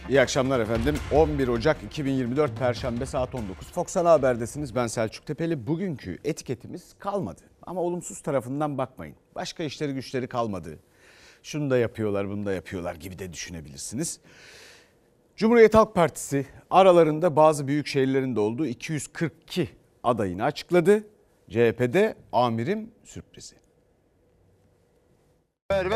İyi akşamlar efendim. 11 Ocak 2024 Perşembe saat 19. Fox Ana Haber'desiniz. Ben Selçuk Tepeli. Bugünkü etiketimiz kalmadı. Ama olumsuz tarafından bakmayın. Başka işleri güçleri kalmadı. Şunu da yapıyorlar, bunu da yapıyorlar gibi de düşünebilirsiniz. Cumhuriyet Halk Partisi aralarında bazı büyük şehirlerinde olduğu 242 adayını açıkladı. CHP'de amirim sürprizi. Ver.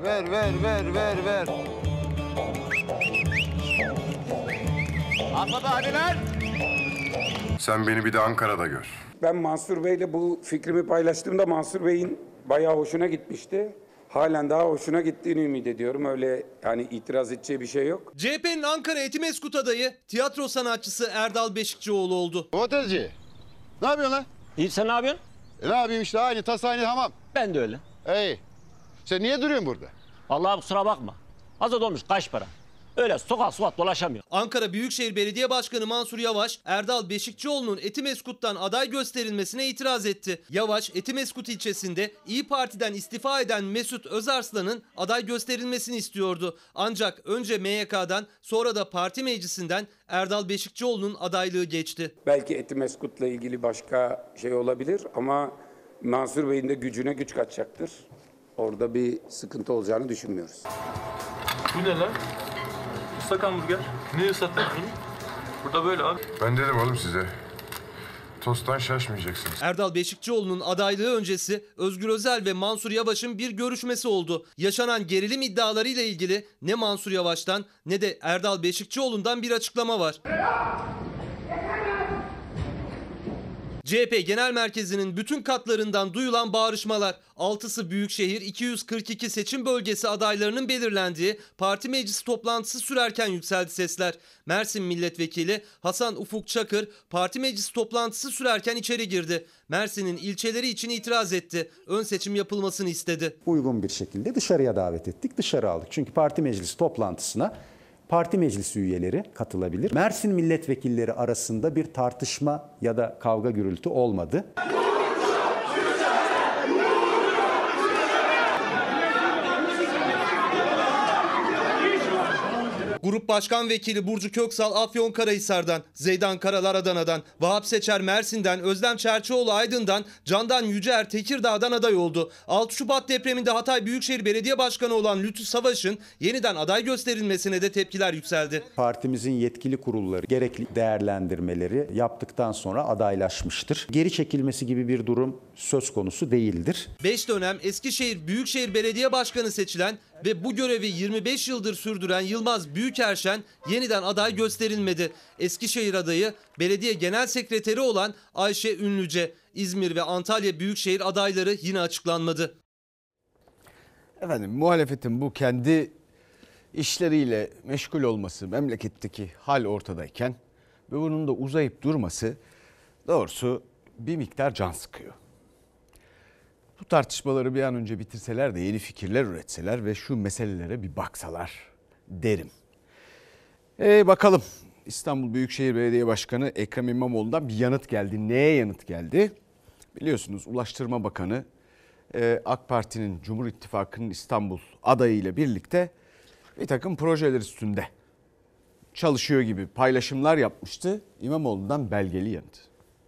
Atladı hadiler. Sen beni bir de Ankara'da gör. Ben Mansur Bey'le bu fikrimi paylaştığımda Mansur Bey'in bayağı hoşuna gitmişti. Halen daha hoşuna gittiğini ümit ediyorum. Öyle yani itiraz edeceği bir şey yok. CHP'nin Ankara Etimeskut adayı tiyatro sanatçısı Erdal Beşikçioğlu oldu. Otelci. Ne yapıyorsun lan? İyi, sen ne yapıyorsun? Ne yapayım işte aynı tas aynı hamam. Ben de öyle. Hey. Sen niye duruyorsun burada? Allah'a kusura bakma. Azat olmuş kaç para. Öyle sokak dolaşamıyor. Ankara Büyükşehir Belediye Başkanı Mansur Yavaş, Erdal Beşikçioğlu'nun Etimeskut'tan aday gösterilmesine itiraz etti. Yavaş, Etimeskut ilçesinde İyi Parti'den istifa eden Mesut Özarslan'ın aday gösterilmesini istiyordu. Ancak önce MYK'dan sonra da parti meclisinden Erdal Beşikçioğlu'nun adaylığı geçti. Belki Etimeskut'la ilgili başka şey olabilir ama Mansur Bey'in de gücüne güç kaçacaktır. Orada bir sıkıntı olacağını düşünmüyoruz. Bu ne lan? Islak hamburger. Ne ıslattın bunu? Burada böyle abi. Ben dedim oğlum size. Tosttan şaşmayacaksınız. Erdal Beşikçioğlu'nun adaylığı öncesi Özgür Özel ve Mansur Yavaş'ın bir görüşmesi oldu. Yaşanan gerilim iddialarıyla ilgili ne Mansur Yavaş'tan ne de Erdal Beşikçioğlu'ndan bir açıklama var. CHP Genel Merkezi'nin bütün katlarından duyulan bağırışmalar. 6'sı Büyükşehir, 242 seçim bölgesi adaylarının belirlendiği parti meclisi toplantısı sürerken yükseldi sesler. Mersin Milletvekili Hasan Ufuk Çakır parti meclisi toplantısı sürerken içeri girdi. Mersin'in ilçeleri için itiraz etti. Ön seçim yapılmasını istedi. Uygun bir şekilde dışarıya davet ettik, dışarı aldık. Çünkü parti meclisi toplantısına parti meclisi üyeleri katılabilir. Mersin milletvekilleri arasında bir tartışma ya da kavga gürültü olmadı. Grup Başkan Vekili Burcu Köksal Afyonkarahisar'dan, Zeydan Karalar Adana'dan, Vahap Seçer Mersin'den, Özlem Çerçioğlu Aydın'dan, Candan Yücer Tekirdağ'dan aday oldu. 6 Şubat depreminde Hatay Büyükşehir Belediye Başkanı olan Lütfü Savaş'ın yeniden aday gösterilmesine de tepkiler yükseldi. Partimizin yetkili kurulları gerekli değerlendirmeleri yaptıktan sonra adaylaşmıştır. Geri çekilmesi gibi bir durum söz konusu değildir. 5 dönem Eskişehir Büyükşehir Belediye Başkanı seçilen ve bu görevi 25 yıldır sürdüren Yılmaz Büyükerşen yeniden aday gösterilmedi. Eskişehir adayı belediye genel sekreteri olan Ayşe Ünlüce. İzmir ve Antalya Büyükşehir adayları yine açıklanmadı. Efendim muhalefetin bu kendi işleriyle meşgul olması, memleketteki hal ortadayken ve bunun da uzayıp durması doğrusu bir miktar can sıkıyor. Bu tartışmaları bir an önce bitirseler de yeni fikirler üretseler ve şu meselelere bir baksalar derim. Bakalım İstanbul Büyükşehir Belediye Başkanı Ekrem İmamoğlu'ndan bir yanıt geldi. Neye yanıt geldi? Biliyorsunuz Ulaştırma Bakanı AK Parti'nin Cumhur İttifakı'nın İstanbul adayıyla birlikte bir takım projeler üstünde çalışıyor gibi paylaşımlar yapmıştı. İmamoğlu'ndan belgeli yanıt.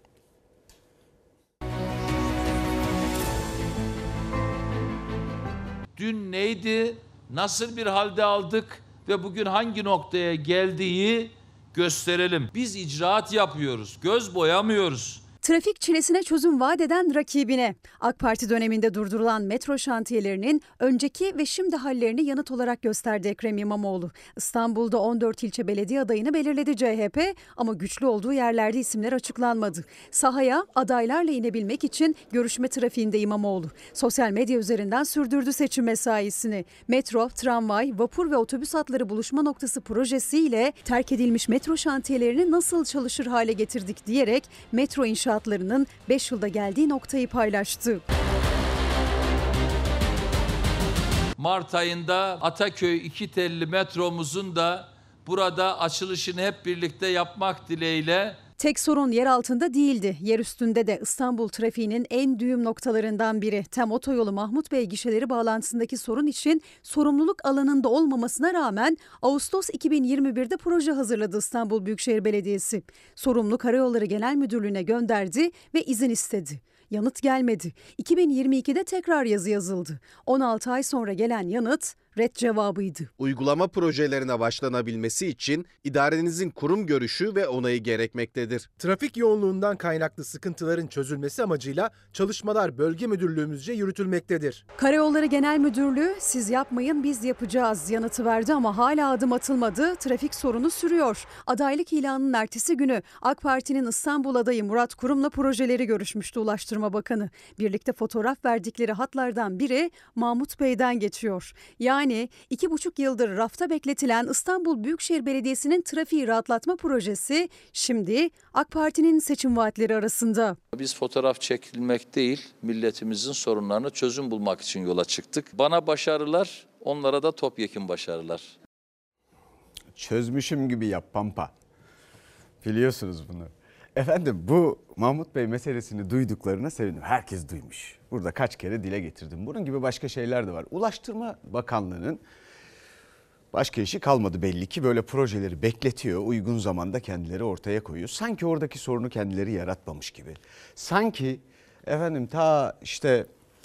Dün neydi, nasıl bir halde aldık ve bugün hangi noktaya geldiği gösterelim. Biz icraat yapıyoruz, göz boyamıyoruz. Trafik çilesine çözüm vaat eden rakibine. AK Parti döneminde durdurulan metro şantiyelerinin önceki ve şimdi hallerini yanıt olarak gösterdi Ekrem İmamoğlu. İstanbul'da 14 ilçe belediye adayını belirledi CHP ama güçlü olduğu yerlerde isimler açıklanmadı. Sahaya adaylarla inebilmek için görüşme trafiğinde İmamoğlu. Sosyal medya üzerinden sürdürdü seçim mesaisini. Metro, tramvay, vapur ve otobüs hatları buluşma noktası projesiyle terk edilmiş metro şantiyelerini nasıl çalışır hale getirdik diyerek metro inşaatlarının 5 yılda geldiği noktayı paylaştı. Mart ayında Ataköy 2 telli metromuzun da burada açılışını hep birlikte yapmak dileğiyle Tek sorun yer altında değildi. Yer üstünde de İstanbul trafiğinin en düğüm noktalarından biri. Tem otoyolu Mahmut Bey gişeleri bağlantısındaki sorun için sorumluluk alanında olmamasına rağmen Ağustos 2021'de proje hazırladı İstanbul Büyükşehir Belediyesi. Sorumlu Karayolları Genel Müdürlüğü'ne gönderdi ve izin istedi. Yanıt gelmedi. 2022'de tekrar yazı yazıldı. 16 ay sonra gelen yanıt ret cevabıydı. Uygulama projelerine başlanabilmesi için idarenizin kurum görüşü ve onayı gerekmektedir. Trafik yoğunluğundan kaynaklı sıkıntıların çözülmesi amacıyla çalışmalar bölge müdürlüğümüzce yürütülmektedir. Karayolları Genel Müdürlüğü siz yapmayın biz yapacağız yanıtı verdi ama hala adım atılmadı. Trafik sorunu sürüyor. Adaylık ilanının ertesi günü AK Parti'nin İstanbul adayı Murat Kurum'la projeleri görüşmüştü Ulaştırma Bakanı. Birlikte fotoğraf verdikleri hatlardan biri Mahmut Bey'den geçiyor. Yani 2,5 yıldır rafta bekletilen İstanbul Büyükşehir Belediyesi'nin trafiği rahatlatma projesi şimdi AK Parti'nin seçim vaatleri arasında. Biz fotoğraf çekilmek değil, milletimizin sorunlarına çözüm bulmak için yola çıktık. Bana başarılar, onlara da topyekün başarılar. Çözmüşüm gibi yap Pampa. Biliyorsunuz bunu. Efendim bu Mahmut Bey meselesini duyduklarına sevindim. Herkes duymuş. Burada kaç kere dile getirdim. Bunun gibi başka şeyler de var. Ulaştırma Bakanlığı'nın başka işi kalmadı belli ki. Böyle projeleri bekletiyor. Uygun zamanda kendileri ortaya koyuyor. Sanki oradaki sorunu kendileri yaratmamış gibi. Sanki efendim ta işte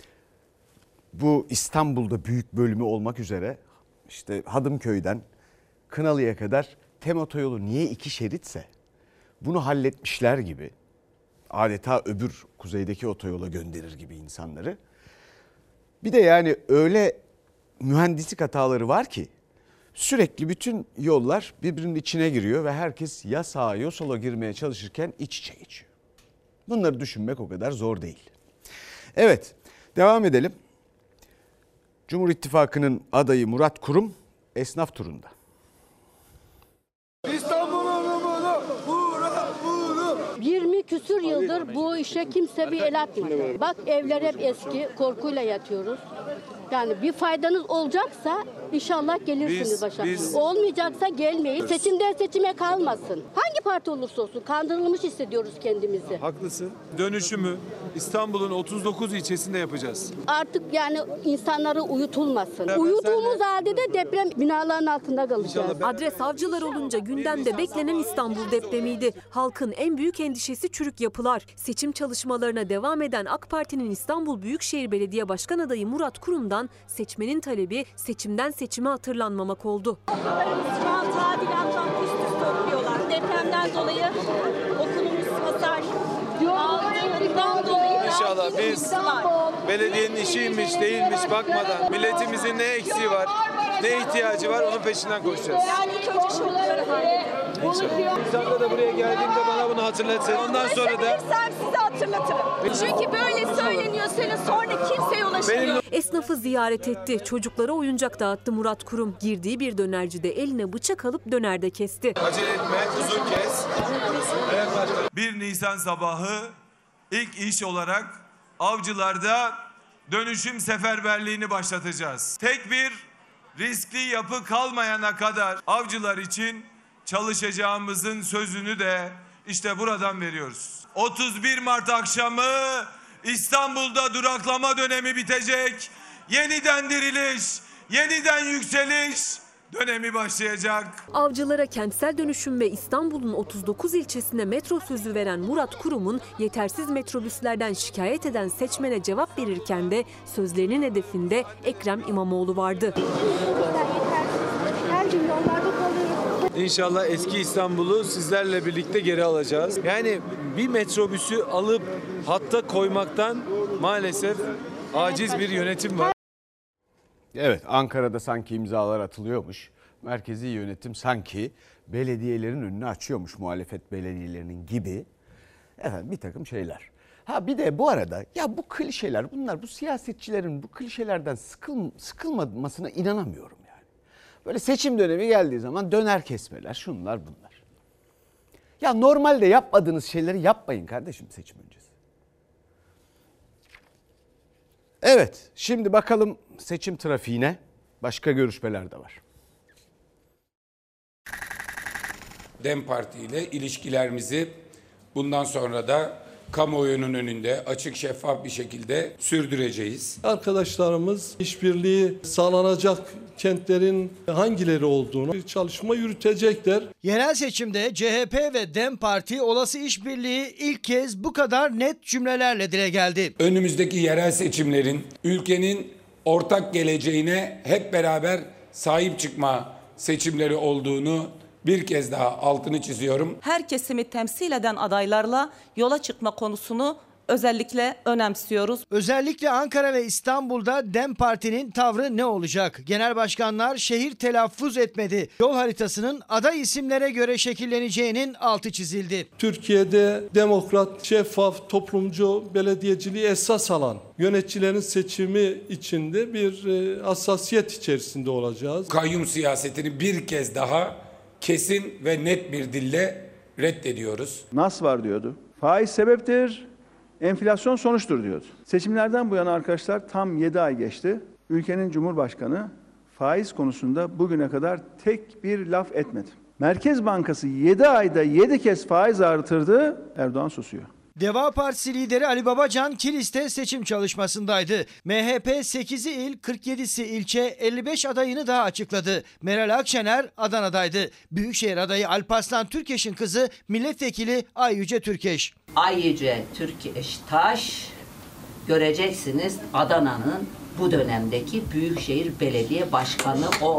bu İstanbul'da büyük bölümü olmak üzere işte Hadımköy'den Kınalı'ya kadar Tem otoyolu niye 2 şeritse bunu halletmişler gibi, adeta öbür kuzeydeki otoyola gönderir gibi insanları. Bir de yani öyle mühendislik hataları var ki sürekli bütün yollar birbirinin içine giriyor ve herkes ya sağa ya sola girmeye çalışırken iç içe geçiyor. Bunları düşünmek o kadar zor değil. Evet, devam edelim. Cumhur İttifakı'nın adayı Murat Kurum esnaf turunda. 20 küsür yıldır bu işe kimse bir el atmadı. Bak evler hep eski, korkuyla yatıyoruz. Yani bir faydanız olacaksa inşallah gelirsiniz başa. Olmayacaksa gelmeyin. Seçimden seçime kalmasın. Hangi parti olursa olsun kandırılmış hissediyoruz kendimizi. Haklısın. Dönüşümü İstanbul'un 39 ilçesinde yapacağız. Artık yani insanları uyutulmasın. Uyuduğumuz halde de deprem binalarının altında kalacağız. Adres avcılar olunca gündemde beklenen İstanbul depremiydi. Halkın en büyük endişesi çürük yapılar. Seçim çalışmalarına devam eden AK Parti'nin İstanbul Büyükşehir Belediye Başkan adayı Murat Kurum'dan seçmenin talebi seçimden seçime hatırlanmamak oldu. Şu an tadilattan üst üste okuyorlar. Depremden dolayı okulumuz hasar aldığından dolayı İnşallah biz belediyenin işiymiş değilmiş bakmadan milletimizin ne eksiği var, ne ihtiyacı var onun peşinden koşacağız. yani ilk önce şunları halledelim. İnşallah. İnsanlar da buraya geldiğimde bana bunu hatırlatsın. Ondan sonra da size hatırlatırım. Çünkü böyle söyleniyor senin sonra kimseye ulaşamıyor. Esnafı ziyaret etti. Çocuklara oyuncak dağıttı Murat Kurum. Girdiği bir dönercide eline bıçak alıp dönerde kesti. acele etme, uzun kes. 1 Nisan sabahı ilk iş olarak Avcılar'da dönüşüm seferberliğini başlatacağız. Tek bir riskli yapı kalmayana kadar Avcılar için çalışacağımızın sözünü de işte buradan veriyoruz. 31 Mart akşamı İstanbul'da duraklama dönemi bitecek. Yeniden diriliş, yeniden yükseliş dönemi başlayacak. Avcılara kentsel dönüşüm ve İstanbul'un 39 ilçesine metro sözü veren Murat Kurum'un yetersiz metrobüslerden şikayet eden seçmene cevap verirken de sözlerinin hedefinde Ekrem İmamoğlu vardı. Her gün yollarda kalıyoruz. İnşallah eski İstanbul'u sizlerle birlikte geri alacağız. Yani bir metrobüsü alıp hatta koymaktan maalesef aciz bir yönetim var. Evet, Ankara'da sanki imzalar atılıyormuş. Merkezi yönetim sanki belediyelerin önünü açıyormuş, muhalefet belediyelerinin gibi. Efendim bir takım şeyler. Ha bir de bu arada ya bu klişeler, bunlar bu siyasetçilerin bu klişelerden sıkılmamasına inanamıyorum yani. Böyle seçim dönemi geldiği zaman döner kesmeler, şunlar bunlar. Ya normalde yapmadığınız şeyleri yapmayın kardeşim seçim öncesi. Evet, şimdi bakalım seçim trafiğine. Başka görüşmeler de var. DEM Parti ile ilişkilerimizi Bundan sonra da kamuoyunun önünde açık şeffaf bir şekilde sürdüreceğiz. Arkadaşlarımız işbirliği sağlanacak kentlerin hangileri olduğunu bir çalışma yürütecekler. Yerel seçimde CHP ve DEM Parti olası işbirliği ilk kez bu kadar net cümlelerle dile geldi. Önümüzdeki yerel seçimlerin ülkenin ortak geleceğine hep beraber sahip çıkma seçimleri olduğunu bir kez daha altını çiziyorum. Her kesimi temsil eden adaylarla yola çıkma konusunu özellikle önemsiyoruz. Özellikle Ankara ve İstanbul'da DEM Parti'nin tavrı ne olacak? Genel başkanlar şehir telaffuz etmedi. Yol haritasının aday isimlere göre şekilleneceğinin altı çizildi. Türkiye'de demokrat, şeffaf, toplumcu belediyeciliği esas alan yöneticilerin seçimi içinde bir hassasiyet içerisinde olacağız. Kayyum siyasetini bir kez daha kesin ve net bir dille reddediyoruz. Nas var diyordu. Faiz sebeptir, enflasyon sonuçtur diyordu. Seçimlerden bu yana arkadaşlar tam 7 ay geçti. Ülkenin Cumhurbaşkanı faiz konusunda bugüne kadar tek bir laf etmedi. Merkez Bankası 7 ayda 7 kez faiz artırdı, Erdoğan susuyor. Deva Partisi lideri Ali Babacan Kilis'te seçim çalışmasındaydı. MHP 8'i il, 47'si ilçe, 55 adayını daha açıkladı. Meral Akşener Adana'daydı. Büyükşehir adayı Alparslan Türkeş'in kızı milletvekili Ayyüce Türkeş. Ayyüce Türkeş Taş, göreceksiniz Adana'nın bu dönemdeki Büyükşehir Belediye Başkanı o.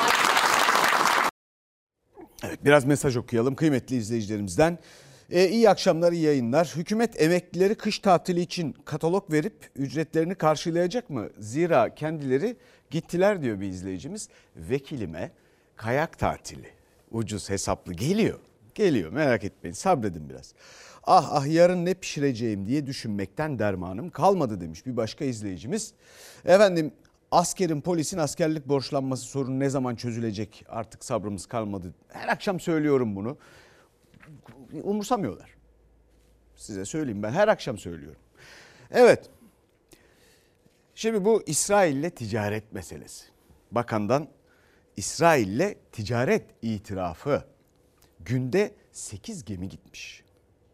Evet, biraz mesaj okuyalım kıymetli izleyicilerimizden. İyi akşamlar, iyi yayınlar. Hükümet emeklileri kış tatili için katalog verip ücretlerini karşılayacak mı? Zira kendileri gittiler diyor bir izleyicimiz. Vekilime kayak tatili ucuz hesaplı geliyor. Geliyor, merak etmeyin, sabredin biraz. Ah yarın ne pişireceğim diye düşünmekten dermanım kalmadı demiş bir başka izleyicimiz. Efendim, askerin, polisin askerlik borçlanması sorunu ne zaman çözülecek, artık sabrımız kalmadı. Her akşam söylüyorum bunu. Umursamıyorlar. Size söyleyeyim, ben her akşam söylüyorum. Evet. Şimdi bu İsrail'le ticaret meselesi. Bakandan İsrail'le ticaret itirafı. Günde 8 gemi gitmiş.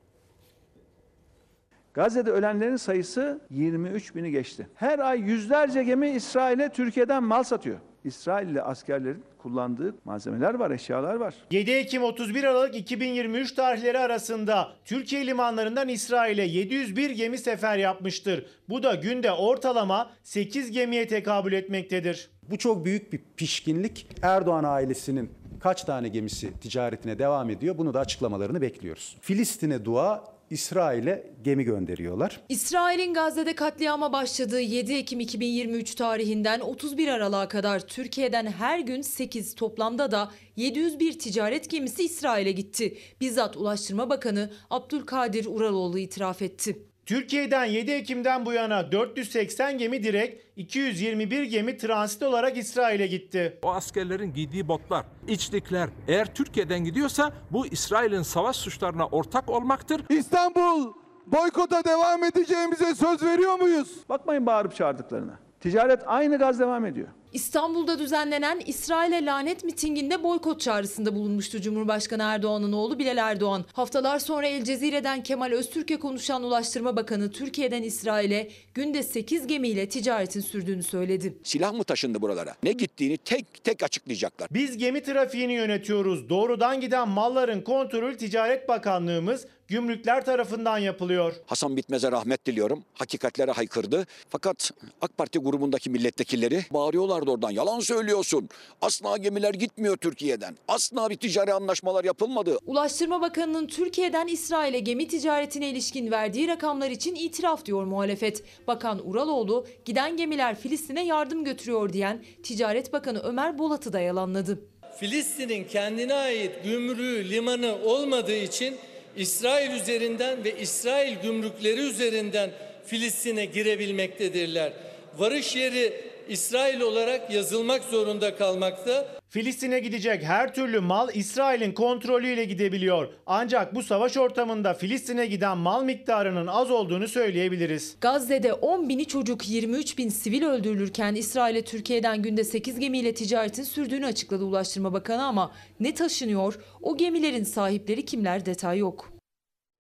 Gazze'de ölenlerin sayısı 23.000'i geçti. Her ay yüzlerce gemi İsrail'e Türkiye'den mal satıyor. İsrailli askerlerin kullandığı malzemeler var, eşyalar var. 7 Ekim 31 Aralık 2023 tarihleri arasında Türkiye limanlarından İsrail'e 701 gemi sefer yapmıştır. Bu da günde ortalama 8 gemiye tekabül etmektedir. Bu çok büyük bir pişkinlik. Erdoğan ailesinin kaç tane gemisi ticaretine devam ediyor? Bunu da açıklamalarını bekliyoruz. Filistin'e dua, İsrail'e gemi gönderiyorlar. İsrail'in Gazze'de katliama başladığı 7 Ekim 2023 tarihinden 31 Aralık'a kadar Türkiye'den her gün 8, toplamda da 701 ticaret gemisi İsrail'e gitti. Bizzat Ulaştırma Bakanı Abdülkadir Uraloğlu itiraf etti. Türkiye'den 7 Ekim'den bu yana 480 gemi direkt, 221 gemi transit olarak İsrail'e gitti. O askerlerin giydiği botlar, içlikler eğer Türkiye'den gidiyorsa bu İsrail'in savaş suçlarına ortak olmaktır. İstanbul boykota devam edeceğimize söz veriyor muyuz? Bakmayın bağırıp çağırdıklarına. Ticaret aynı gaz devam ediyor. İstanbul'da düzenlenen İsrail'e lanet mitinginde boykot çağrısında bulunmuştu Cumhurbaşkanı Erdoğan'ın oğlu Bilal Erdoğan. Haftalar sonra El Cezire'den Kemal Öztürk'e konuşan Ulaştırma Bakanı Türkiye'den İsrail'e günde 8 gemiyle ticaretin sürdüğünü söyledi. Silah mı taşındı buralara? Ne gittiğini tek tek açıklayacaklar. Biz gemi trafiğini yönetiyoruz. Doğrudan giden malların kontrolü Ticaret Bakanlığımız, gümrükler tarafından yapılıyor. Hasan Bitmez'e rahmet diliyorum. Hakikatlere haykırdı. Fakat AK Parti grubundaki milletvekilleri bağırıyorlardı oradan. Yalan söylüyorsun. Asla gemiler gitmiyor Türkiye'den. Asla bir ticari anlaşmalar yapılmadı. Ulaştırma Bakanı'nın Türkiye'den İsrail'e gemi ticaretine ilişkin verdiği rakamlar için itiraf diyor muhalefet. Bakan Uraloğlu giden gemiler Filistin'e yardım götürüyor diyen Ticaret Bakanı Ömer Bolat'ı da yalanladı. Filistin'in kendine ait gümrüğü, limanı olmadığı için İsrail üzerinden ve İsrail gümrükleri üzerinden Filistin'e girebilmektedirler. Varış yeri İsrail olarak yazılmak zorunda kalmakta. Filistin'e gidecek her türlü mal İsrail'in kontrolüyle gidebiliyor. Ancak bu savaş ortamında Filistin'e giden mal miktarının az olduğunu söyleyebiliriz. Gazze'de 10.000'i çocuk, 23.000 sivil öldürülürken İsrail'e Türkiye'den günde 8 gemiyle ticaretin sürdüğünü açıkladı Ulaştırma Bakanı ama ne taşınıyor, o gemilerin sahipleri kimler detay yok.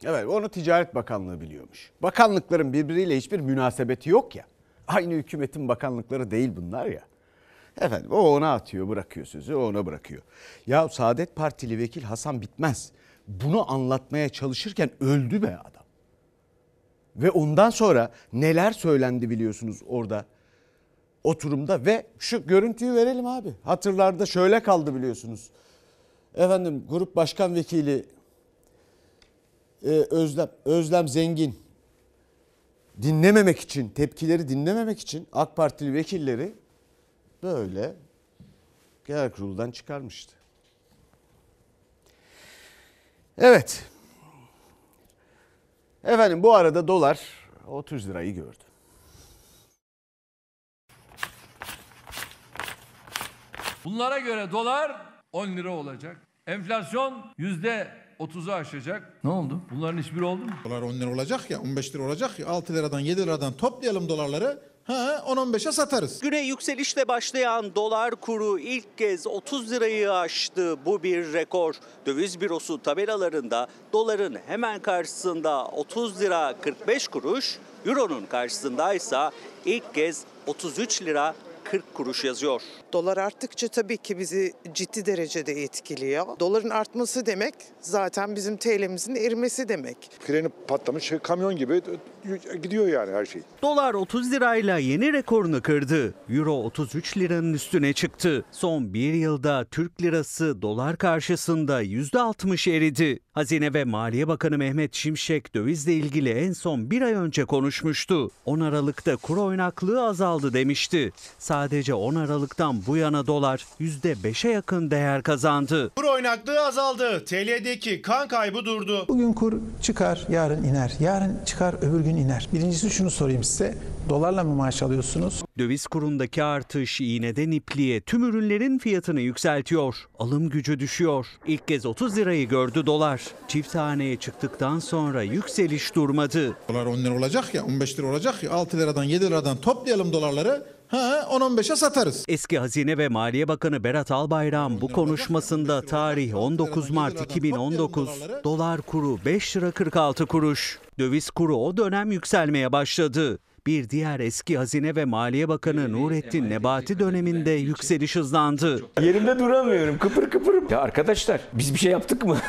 Evet, onu Ticaret Bakanlığı biliyormuş. Bakanlıkların birbiriyle hiçbir münasebeti yok ya. Aynı hükümetin bakanlıkları değil bunlar ya. Efendim o ona atıyor, bırakıyor sözü, o ona bırakıyor. Ya Saadet Partili vekil Hasan Bitmez bunu anlatmaya çalışırken öldü be adam. Ve ondan sonra neler söylendi biliyorsunuz orada oturumda ve şu görüntüyü verelim abi. Hatırlarda şöyle kaldı biliyorsunuz. Efendim grup başkan vekili Özlem Zengin dinlememek için, tepkileri dinlememek için AK Partili vekilleri böyle genel kuruldan çıkarmıştı. Evet. Efendim bu arada dolar 30 lirayı gördü. Bunlara göre dolar 10 lira olacak. Enflasyon %30'u aşacak. Ne oldu? Bunların hiçbiri oldu mu? Dolar 10 lira olacak ya, 15 lira olacak ya, 6 liradan 7 liradan toplayalım dolarları. 10-15'e satarız. Güne yükselişle başlayan dolar kuru ilk kez 30 lirayı aştı. Bu bir rekor. Döviz bürosu tabelalarında doların hemen karşısında 30 lira 45 kuruş, euronun karşısında ise ilk kez 33 lira 40 kuruş yazıyor. Dolar arttıkça tabii ki bizi ciddi derecede etkiliyor. Doların artması demek zaten bizim TL'mizin erimesi demek. Freni patlamış kamyon gibi gidiyor yani her şey. Dolar 30 lirayla yeni rekorunu kırdı. Euro 33 liranın üstüne çıktı. Son bir yılda Türk lirası dolar karşısında %60 eridi. Hazine ve Maliye Bakanı Mehmet Şimşek dövizle ilgili en son bir ay önce konuşmuştu. 10 Aralık'ta kur oynaklığı azaldı demişti. Sadece 10 Aralık'tan bu yana dolar %5'e yakın değer kazandı. Kur oynaklığı azaldı. TL'deki kan kaybı durdu. Bugün kur çıkar, yarın iner. Yarın çıkar, öbür gün iner. Birincisi şunu sorayım size. Dolarla mı maaş alıyorsunuz? Döviz kurundaki artış iğneden ipliğe tüm ürünlerin fiyatını yükseltiyor. Alım gücü düşüyor. İlk kez 30 lirayı gördü dolar. Çift haneye çıktıktan sonra yükseliş durmadı. Dolar 10 lira olacak ya, 15 lira olacak ya, 6 liradan 7 liradan toplayalım dolarları. 10-15'e satarız. Eski Hazine ve Maliye Bakanı Berat Albayrak'ın bu konuşmasında tarih 19 Mart 2019, dolar kuru 5 lira 46 kuruş. Döviz kuru o dönem yükselmeye başladı. Bir diğer eski Hazine ve Maliye Bakanı Nurettin Nebati döneminde yükseliş hızlandı. Yerimde duramıyorum, kıpır kıpırım. Ya arkadaşlar biz bir şey yaptık mı?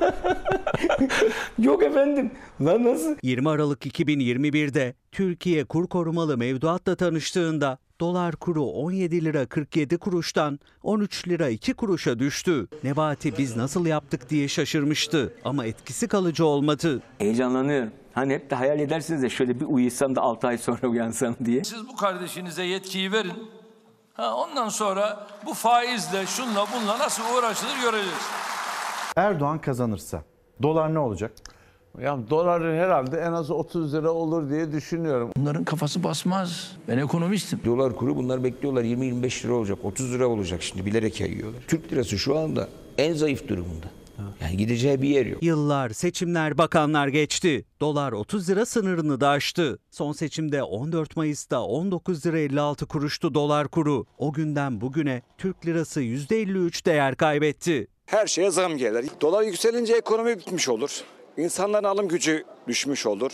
Yok efendim. Lan nasıl? 20 Aralık 2021'de Türkiye kur korumalı mevduatla tanıştığında dolar kuru 17 lira 47 kuruştan 13 lira 2 kuruşa düştü. Nebati biz nasıl yaptık diye şaşırmıştı ama etkisi kalıcı olmadı. Heyecanlanıyorum. Hani hep de hayal edersiniz de şöyle bir uyusam da 6 ay sonra uyansam diye. Siz bu kardeşinize yetkiyi verin. Ondan sonra bu faizle şunla bunla nasıl uğraşılır göreceğiz. Erdoğan kazanırsa dolar ne olacak? Ya dolar herhalde en az 30 lira olur diye düşünüyorum. Bunların kafası basmaz. Ben ekonomistim. Dolar kuru bunlar bekliyorlar 20-25 lira olacak, 30 lira olacak şimdi bilerek yayıyorlar. Türk lirası şu anda en zayıf durumunda. Yani gideceği bir yer yok. Yıllar, seçimler, bakanlar geçti. Dolar 30 lira sınırını da aştı. Son seçimde 14 Mayıs'ta 19 lira 56 kuruştu dolar kuru. O günden bugüne Türk lirası %53 değer kaybetti. Her şeye zam gelir. Dolar yükselince ekonomi bitmiş olur. İnsanların alım gücü düşmüş olur.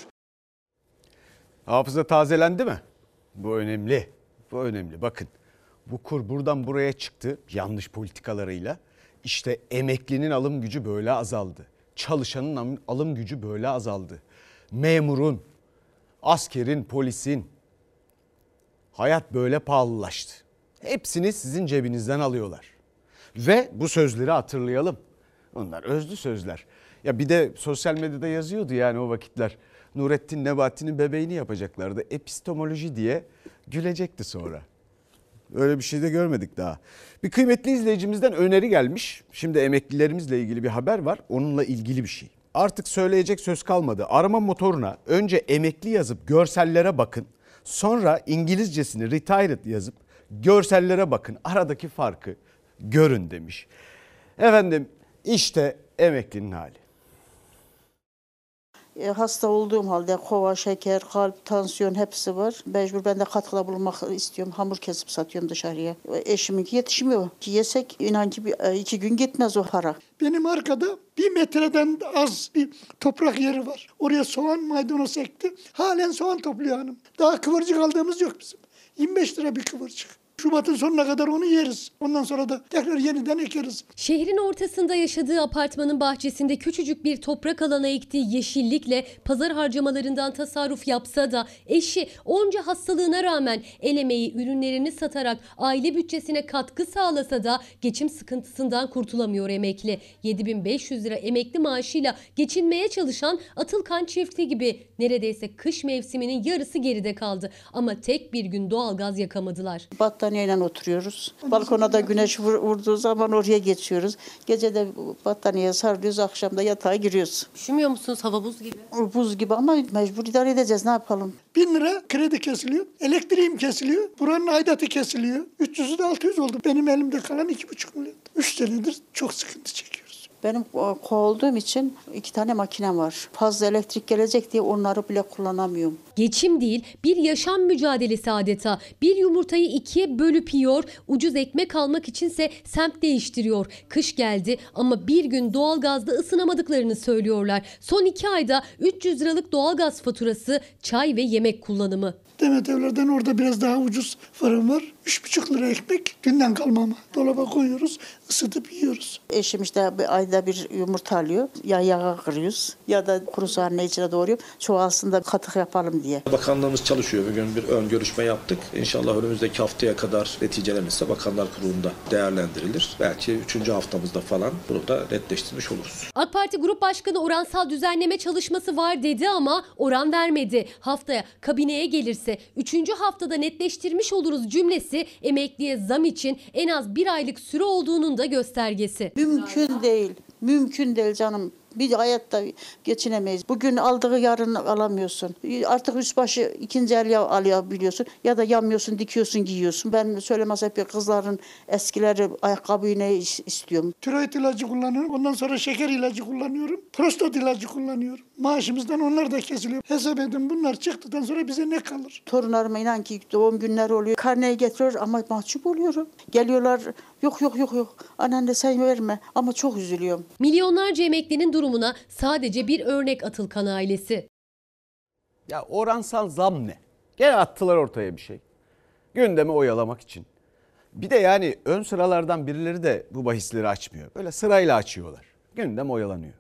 Hafıza tazelendi mi? Bu önemli. Bu önemli. Bakın bu kur buradan buraya çıktı yanlış politikalarıyla. İşte emeklinin alım gücü böyle azaldı. Çalışanın alım gücü böyle azaldı. Memurun, askerin, polisin hayat böyle pahalılaştı. Hepsini sizin cebinizden alıyorlar. Ve bu sözleri hatırlayalım. Bunlar özlü sözler. Ya bir de sosyal medyada yazıyordu yani o vakitler. Nurettin Nebati'nin bebeğini yapacaklardı. Epistemoloji diye gülecekti sonra. Öyle bir şey de görmedik daha. Bir kıymetli izleyicimizden öneri gelmiş. Şimdi emeklilerimizle ilgili bir haber var. Onunla ilgili bir şey. Artık söyleyecek söz kalmadı. Arama motoruna önce emekli yazıp görsellere bakın. Sonra İngilizcesini retired yazıp görsellere bakın. Aradaki farkı görün demiş. Efendim işte emeklinin hali. Hasta olduğum halde kova, şeker, kalp, tansiyon hepsi var. Mecbur ben de katkıda bulunmak istiyorum. Hamur kesip satıyorum dışarıya. Eşiminki yetişmiyor. Ki yesek inan ki 2 gün gitmez o para. Benim arkada 1 metreden az bir toprak yeri var. Oraya soğan, maydanoz ekti. Halen soğan topluyor hanım. Daha kıvırcık aldığımız yok bizim. 25 lira bir kıvırcık. Şubat'ın sonuna kadar onu yeriz. Ondan sonra da tekrar yeniden ekeriz. Şehrin ortasında yaşadığı apartmanın bahçesinde küçücük bir toprak alana ektiği yeşillikle pazar harcamalarından tasarruf yapsa da eşi onca hastalığına rağmen el emeği ürünlerini satarak aile bütçesine katkı sağlasa da geçim sıkıntısından kurtulamıyor emekli. 7.500 lira emekli maaşıyla geçinmeye çalışan Atılkan çifti gibi neredeyse kış mevsiminin yarısı geride kaldı. Ama tek bir gün doğalgaz yakamadılar. Battaniyeyle oturuyoruz. Balkona da güneş vurduğu zaman oraya geçiyoruz. Gece de battaniyeye sarılıyoruz, akşam da yatağa giriyoruz. Üşümüyor musunuz? Hava buz gibi. Buz gibi ama mecbur idare edeceğiz, ne yapalım? 1000 lira kredi kesiliyor, elektriğim kesiliyor, buranın aidatı kesiliyor. 300'ü de 600 oldu. Benim elimde kalan 2,5 milyon. 3 senedir çok sıkıntı çekiyoruz. Benim kovulduğum için 2 tane makinem var. Fazla elektrik gelecek diye onları bile kullanamıyorum. Geçim değil, bir yaşam mücadelesi adeta. Bir yumurtayı 2'ye bölüp yiyor, ucuz ekmek almak içinse semt değiştiriyor. Kış geldi ama bir gün doğalgazda ısınamadıklarını söylüyorlar. Son 2 ayda 300 liralık doğalgaz faturası, çay ve yemek kullanımı. Demet Evler'den orada biraz daha ucuz fırın var. 3,5 lira ekmek dünden kalmama. Dolaba koyuyoruz, ısıtıp yiyoruz. Eşim işte ayda bir yumurta alıyor. Ya yağa kırıyoruz ya da kuru soğanla içine doğruyor. Çoğalsın da katık yapalım diye. Bakanlığımız çalışıyor. Bugün bir ön görüşme yaptık. İnşallah önümüzdeki haftaya kadar neticelenirse Bakanlar Kurulu'nda değerlendirilir. Belki 3. haftamızda falan bunu da netleştirmiş oluruz. AK Parti Grup Başkanı oransal düzenleme çalışması var dedi ama oran vermedi. Haftaya kabineye gelirse 3. haftada netleştirmiş oluruz cümlesi emekliye zam için en az 1 aylık süre olduğunun da göstergesi. Mümkün değil. Mümkün değil canım. Bir hayatta geçinemeyiz. Bugün aldığı yarın alamıyorsun. Artık üst başı 2. el alabiliyorsun. Ya da yanmıyorsun, dikiyorsun, giyiyorsun. Ben söylemez hep kızların eskileri ayakkabı ne istiyorum. Tiroid ilacı kullanıyorum. Ondan sonra şeker ilacı kullanıyorum. Prostat ilacı kullanıyorum. Maaşımızdan onlar da kesiliyor. Hesap edin bunlar çıktıktan sonra bize ne kalır? Torunlarıma inan ki doğum günleri oluyor. Karneyi getiriyor ama mahcup oluyorum. Geliyorlar yok. Anneanne sen verme ama çok üzülüyorum. Milyonlarca emeklinin durumuna sadece bir örnek Atılkan ailesi. Ya oransal zam ne? Gene attılar ortaya bir şey. Gündemi oyalamak için. Bir de yani ön sıralardan birileri de bu bahisleri açmıyor. Böyle sırayla açıyorlar. Gündem oyalanıyor.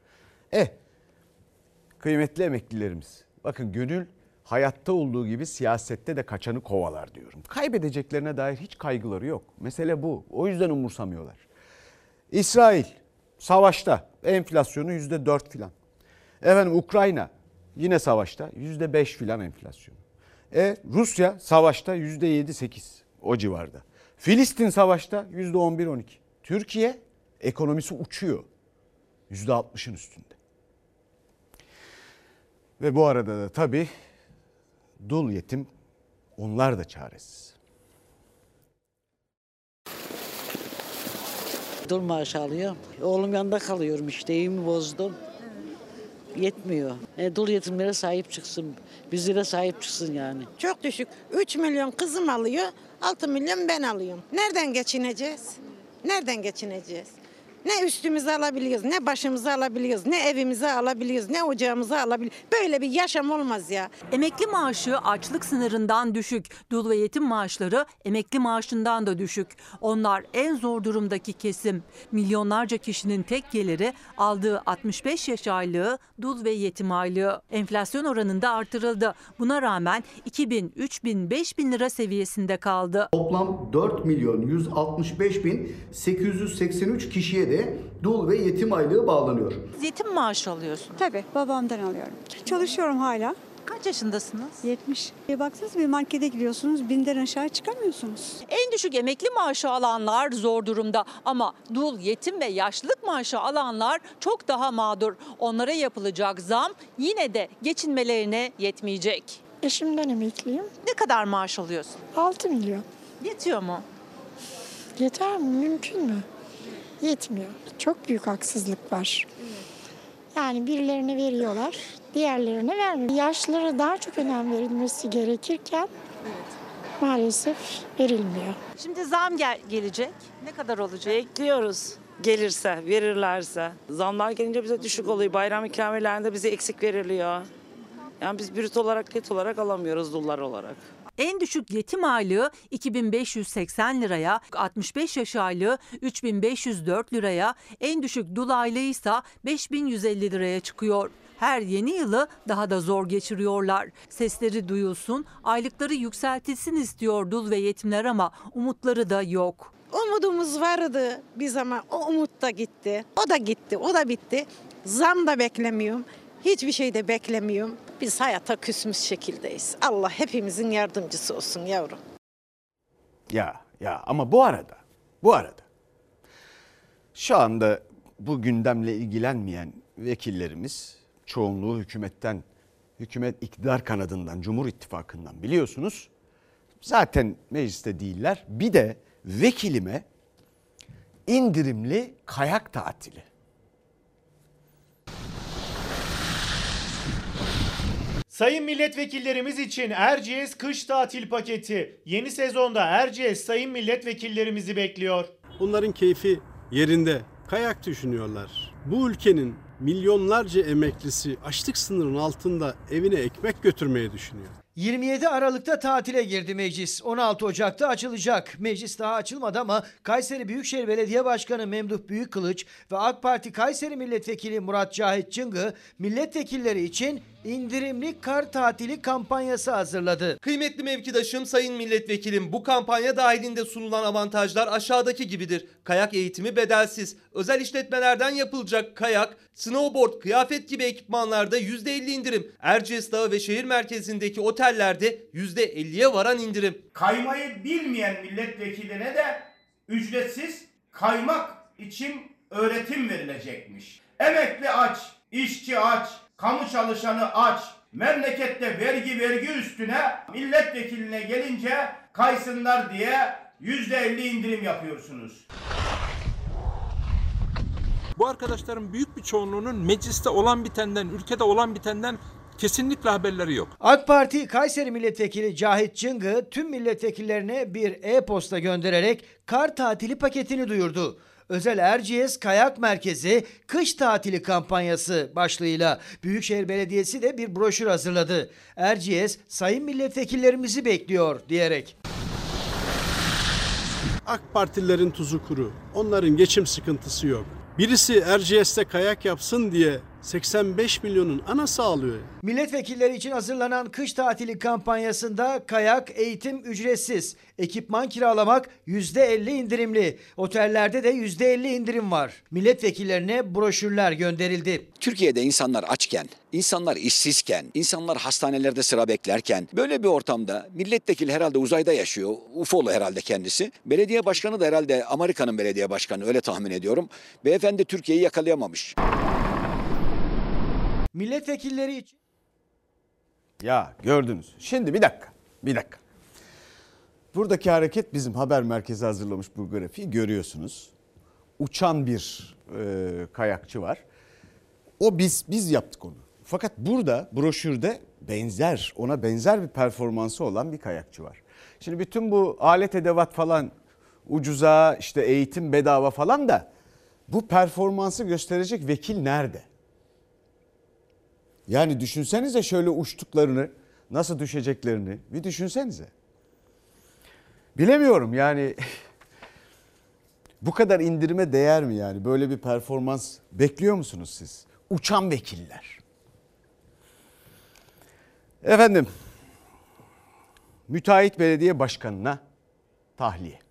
Kıymetli emeklilerimiz. Bakın gönül hayatta olduğu gibi siyasette de kaçanı kovalar diyorum. Kaybedeceklerine dair hiç kaygıları yok. Mesele bu. O yüzden umursamıyorlar. İsrail savaşta, enflasyonu %4 filan. Ukrayna yine savaşta %5 filan enflasyon. Rusya savaşta %7-8 o civarda. Filistin savaşta %11-12. Türkiye ekonomisi uçuyor. %60'ın üstünde. Ve bu arada da tabii dul yetim, onlar da çaresiz. Dul maaşı alıyorum. Oğlum yanında kalıyorum işte, evimi bozdum. Yetmiyor. Dul yetimlere sahip çıksın. Bizlere sahip çıksın yani. Çok düşük. 3 milyon kızım alıyor, 6 milyon ben alıyorum. Nereden geçineceğiz? Ne üstümüze alabiliyoruz, ne başımıza alabiliyoruz, ne evimize alabiliyoruz, ne ocağımıza alabiliyoruz. Böyle bir yaşam olmaz ya. Emekli maaşı açlık sınırından düşük. Dul ve yetim maaşları emekli maaşından da düşük. Onlar en zor durumdaki kesim. Milyonlarca kişinin tek geliri aldığı 65 yaş aylığı, dul ve yetim aylığı. Enflasyon oranında artırıldı. Buna rağmen 2.000, 3.000, 5.000 lira seviyesinde kaldı. Toplam 4.165.883 kişiye de dul ve yetim aylığı bağlanıyor. Yetim maaşı alıyorsun. Tabii babamdan alıyorum. Çalışıyorum hala. Kaç yaşındasınız? 70. Baksanız bir markete gidiyorsunuz, 1000'den aşağı çıkamıyorsunuz. En düşük emekli maaşı alanlar zor durumda ama dul, yetim ve yaşlılık maaşı alanlar çok daha mağdur. Onlara yapılacak zam yine de geçinmelerine yetmeyecek. Eşimden emekliyim. Ne kadar maaş alıyorsun? 6 milyon. Yetiyor mu? Yeter mi? Mümkün mü? Yetmiyor. Çok büyük haksızlık var. Yani birilerine veriyorlar, diğerlerine vermiyor. Yaşlılara daha çok önem verilmesi gerekirken maalesef verilmiyor. Şimdi zam gelecek. Ne kadar olacak? Bekliyoruz. Gelirse, verirlerse. Zamlar gelince bize düşük oluyor. Bayram ikramiyelerinde bize eksik veriliyor. Yani biz brüt olarak, net olarak alamıyoruz dolar olarak. En düşük yetim aylığı 2580 liraya, 65 yaş aylığı 3504 liraya, en düşük dul aylığı ise 5150 liraya çıkıyor. Her yeni yılı daha da zor geçiriyorlar. Sesleri duyulsun, aylıkları yükseltilsin istiyor dul ve yetimler ama umutları da yok. Umudumuz vardı bir zaman, o umut da gitti. O da gitti, o da bitti. Zam da beklemiyorum. Hiçbir şey de beklemiyorum. Biz hayata küsmüş şekildeyiz. Allah hepimizin yardımcısı olsun yavrum. Ya ama bu arada şu anda bu gündemle ilgilenmeyen vekillerimiz çoğunluğu hükümet iktidar kanadından, Cumhur İttifakı'ndan biliyorsunuz. Zaten mecliste değiller. Bir de vekilime indirimli kayak tatili. Sayın milletvekillerimiz için Erciyes kış tatil paketi. Yeni sezonda Erciyes sayın milletvekillerimizi bekliyor. Onların keyfi yerinde. Kayak düşünüyorlar. Bu ülkenin milyonlarca emeklisi açlık sınırının altında evine ekmek götürmeyi düşünüyor. 27 Aralık'ta tatile girdi meclis. 16 Ocak'ta açılacak. Meclis daha açılmadı ama Kayseri Büyükşehir Belediye Başkanı Memduh Büyükkılıç ve AK Parti Kayseri Milletvekili Murat Cahit Çıngı milletvekilleri için indirimli kar tatili kampanyası hazırladı. Kıymetli mevkidaşım, sayın milletvekilim, bu kampanya dahilinde sunulan avantajlar aşağıdaki gibidir. Kayak eğitimi bedelsiz. Özel işletmelerden yapılacak kayak, snowboard, kıyafet gibi ekipmanlarda %50 indirim. Erciyes Dağı ve şehir merkezindeki otellerde %50'ye varan indirim. Kaymayı bilmeyen milletvekiline de ücretsiz kaymak için öğretim verilecekmiş. Emekli aç, işçi aç, kamu çalışanı aç. Memlekette vergi üstüne milletvekiline gelince kaysınlar diye %50 indirim yapıyorsunuz. Bu arkadaşların büyük bir çoğunluğunun mecliste olan bitenden, ülkede olan bitenden kesinlikle haberleri yok. AK Parti Kayseri Milletvekili Cahit Çıngı tüm milletvekillerine bir e-posta göndererek kar tatili paketini duyurdu. Özel Erciyes Kayak Merkezi Kış Tatili kampanyası başlığıyla Büyükşehir Belediyesi de bir broşür hazırladı. Erciyes sayın milletvekillerimizi bekliyor diyerek. AK Partililerin tuzu kuru. Onların geçim sıkıntısı yok. Birisi Erciyes'te kayak yapsın diye 85 milyonun anası ağlıyor. Milletvekilleri için hazırlanan kış tatili kampanyasında kayak eğitim ücretsiz. Ekipman kiralamak %50 indirimli. Otellerde de %50 indirim var. Milletvekillerine broşürler gönderildi. Türkiye'de insanlar açken, insanlar işsizken, insanlar hastanelerde sıra beklerken böyle bir ortamda milletvekili herhalde uzayda yaşıyor. UFO'lu herhalde kendisi. Belediye başkanı da herhalde Amerika'nın belediye başkanı, öyle tahmin ediyorum. Beyefendi Türkiye'yi yakalayamamış. Milletvekilleri için... Ya gördünüz. Şimdi bir dakika. Buradaki hareket bizim haber merkezi hazırlamış bu grafiği görüyorsunuz. Uçan bir kayakçı var. O biz yaptık onu. Fakat burada broşürde ona benzer bir performansı olan bir kayakçı var. Şimdi bütün bu alet edevat falan ucuza, işte eğitim bedava falan da bu performansı gösterecek vekil nerede? Yani düşünsenize şöyle uçtuklarını, nasıl düşeceklerini bir düşünsenize. Bilemiyorum yani bu kadar indirime değer mi yani? Böyle bir performans bekliyor musunuz siz? Uçan vekiller. Efendim, müteahhit belediye başkanına tahliye.